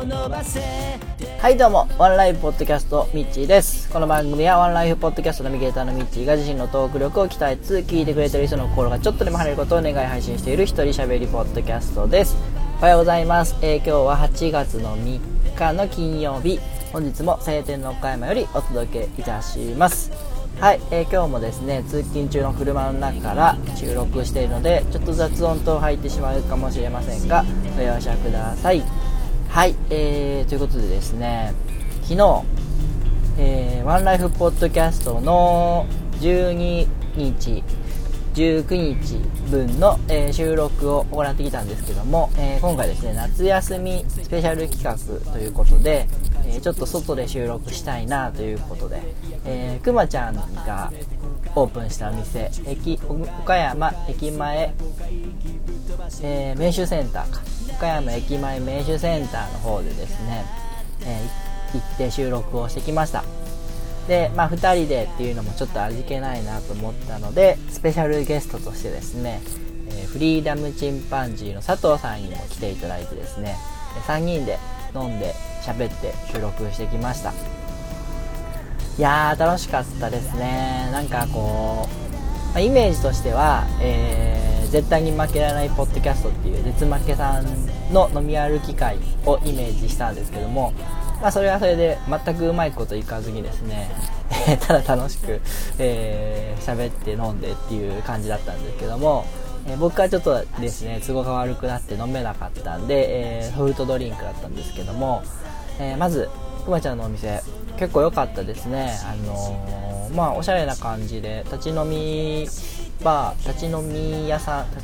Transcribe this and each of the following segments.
はいどうも、ワンライフポッドキャストミッチーです。この番組はワンライフポッドキャストナビゲーターのミッチーが自身のトーク力を鍛えつつ、聞いてくれてる人の心がちょっとでも晴れることを願い配信している一人喋りポッドキャストです。おはようございます。今日は8月の3日の金曜日、本日も晴天の岡山よりお届けいたします。はい、今日もですね、通勤中の車の中から収録しているので、ちょっと雑音と入ってしまうかもしれませんが、ご容赦ください。はい、ということでですね、昨日、ワンライフポッドキャストの12日、19日分の、収録を行ってきたんですけども、今回ですね、夏休みスペシャル企画ということで、ちょっと外で収録したいなということで、くまちゃんがオープンしたお店、岡山駅前、名手センターか、岡山駅前名手センターの方でですね、行って収録をしてきました。で、2人でっていうのもちょっと味気ないなと思ったので、スペシャルゲストとしてですね、フリーダムチンパンジーの佐藤さんにも来ていただいてですね、3人で飲んで喋って収録してきました。いやー楽しかったですね。なんかこう、イメージとしては、絶対に負けられないポッドキャストっていう絶負けさんの飲み歩き会をイメージしたんですけども、それはそれで全くうまいこといかずにですね、ただ楽しく喋って飲んでっていう感じだったんですけども、僕はちょっとですね都合が悪くなって飲めなかったんで、ソフトドリンクだったんですけども、まずくまちゃんのお店結構良かったですね。おしゃれな感じで立ち飲み屋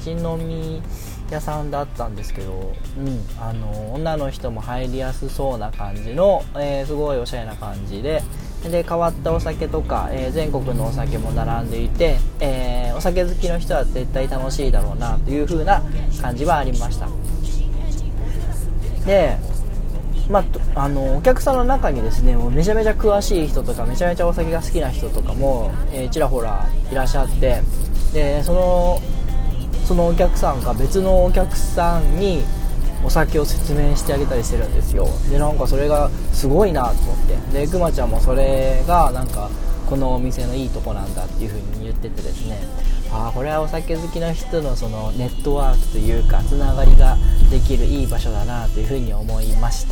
さんだったんですけど、女の人も入りやすそうな感じの、すごいおしゃれな感じで変わったお酒とか、全国のお酒も並んでいて、お酒好きの人は絶対楽しいだろうなという風な感じはありました。で、お客さんの中にですね、もうめちゃめちゃ詳しい人とかめちゃめちゃお酒が好きな人とかも、ちらほらいらっしゃって、でそのお客さんが別のお客さんにお酒を説明してあげたりしてるんですよ。でなんかそれがすごいなと思って、でくまちゃんもそれがなんかこのお店のいいとこなんだっていう風に言っててですね、これはお酒好きな人のそのネットワークというかつながりができるいい場所だなという風に思いました。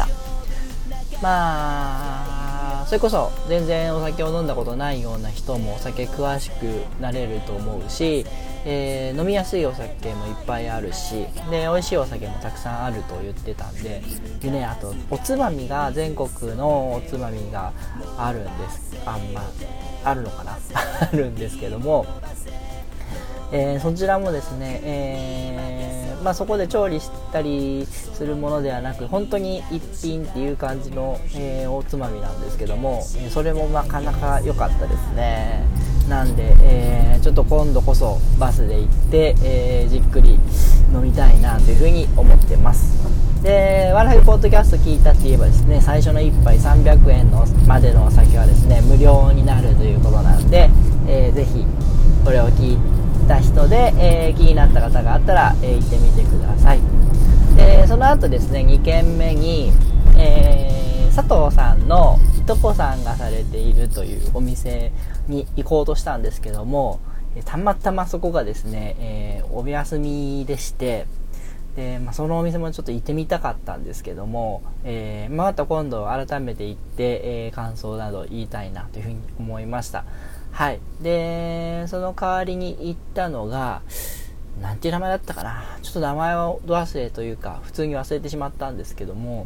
それこそ全然お酒を飲んだことないような人もお酒詳しくなれると思うし、飲みやすいお酒もいっぱいあるし、で美味しいお酒もたくさんあると言ってたんで、ね、あとおつまみが全国のおつまみがあるんです。あるのかなあるんですけども、そちらもですね、そこで調理したりするものではなく、本当に一品っていう感じの、おつまみなんですけども、それもなかなか良かったですね。なんで、ちょっと今度こそバスで行って、じっくり飲みたいなというふうに思ってます。で、ワンライフポッドキャスト聞いたって言えばですね、最初の1杯300円のまでのお酒はですね無料になるということなんで、ぜひこれを聞いた人で、気になった方があったら、行ってみてください。でその後ですね、2軒目に、佐藤さんのいとこさんがされているというお店に行こうとしたんですけども、たまたまそこがですね、お休みでして、でそのお店もちょっと行ってみたかったんですけども、また今度改めて行って、感想など言いたいなというふうに思いました。はい。でその代わりに行ったのがなんていう名前だったかな、ちょっと名前をど忘れというか普通に忘れてしまったんですけども、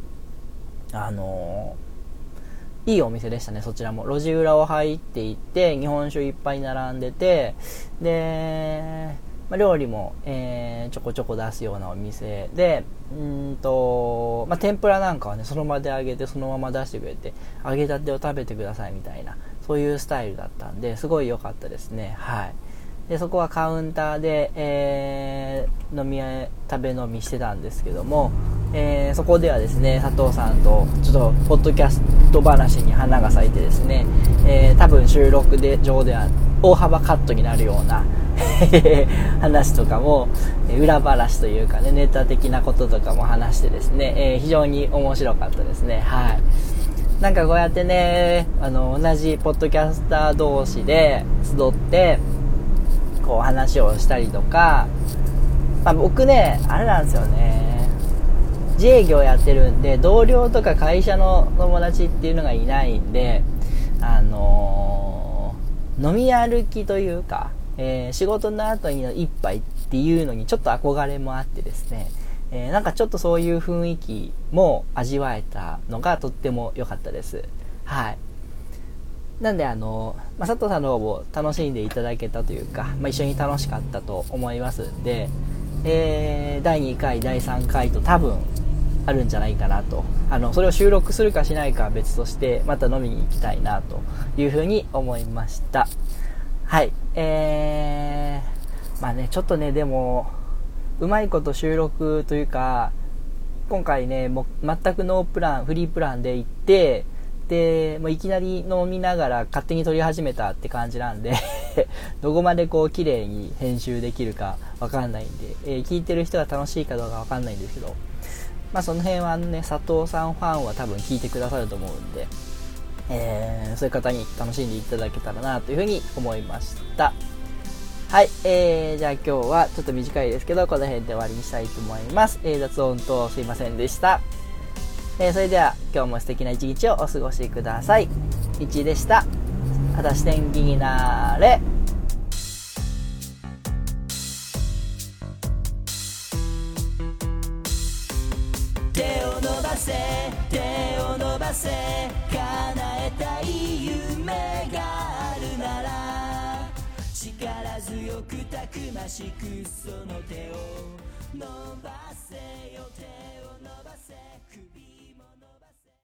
いいお店でしたね。そちらも路地裏を入っていって日本酒いっぱい並んでて、で料理も、ちょこちょこ出すようなお店で、天ぷらなんかはねその場で揚げてそのまま出してくれて、揚げたてを食べてくださいみたいな、そういうスタイルだったんですごい良かったですね。はい。 でそこはカウンターで、食べ飲みしてたんですけども、そこではですね佐藤さんとちょっとポッドキャスト話に花が咲いてですね、多分収録上では大幅カットになるような話とかも、裏話というかねネタ的なこととかも話してですね、非常に面白かったですね。はい。なんかこうやってね同じポッドキャスター同士で集ってこう話をしたりとか、僕ねあれなんですよね、自営業やってるんで同僚とか会社の友達っていうのがいないんで、飲み歩きというか、仕事の後にの一杯っていうのにちょっと憧れもあってですね、なんかちょっとそういう雰囲気も味わえたのがとっても良かったです。はい。なんで佐藤さんの方も楽しんでいただけたというか、一緒に楽しかったと思いますんで、第2回第3回と多分あるんじゃないかなと、それを収録するかしないかは別としてまた飲みに行きたいなというふうに思いました。はい。ちょっとねでもうまいこと収録というか今回ねもう全くノープランフリープランで行って、でもういきなり飲みながら勝手に撮り始めたって感じなんでどこまでこう綺麗に編集できるかわかんないんで、聞いてる人が楽しいかどうかわかんないんですけど、その辺はね佐藤さんファンは多分聞いてくださると思うんで、そういう方に楽しんでいただけたらなというふうに思いました。はい、じゃあ今日はちょっと短いですけどこの辺で終わりにしたいと思います。雑音とすいませんでした。それでは今日も素敵な一日をお過ごしください。みちでした。果たして天気になれ。手を伸ばせ手を伸ばせ叶えたい夢があるなら力強くたくましくその手を伸ばせ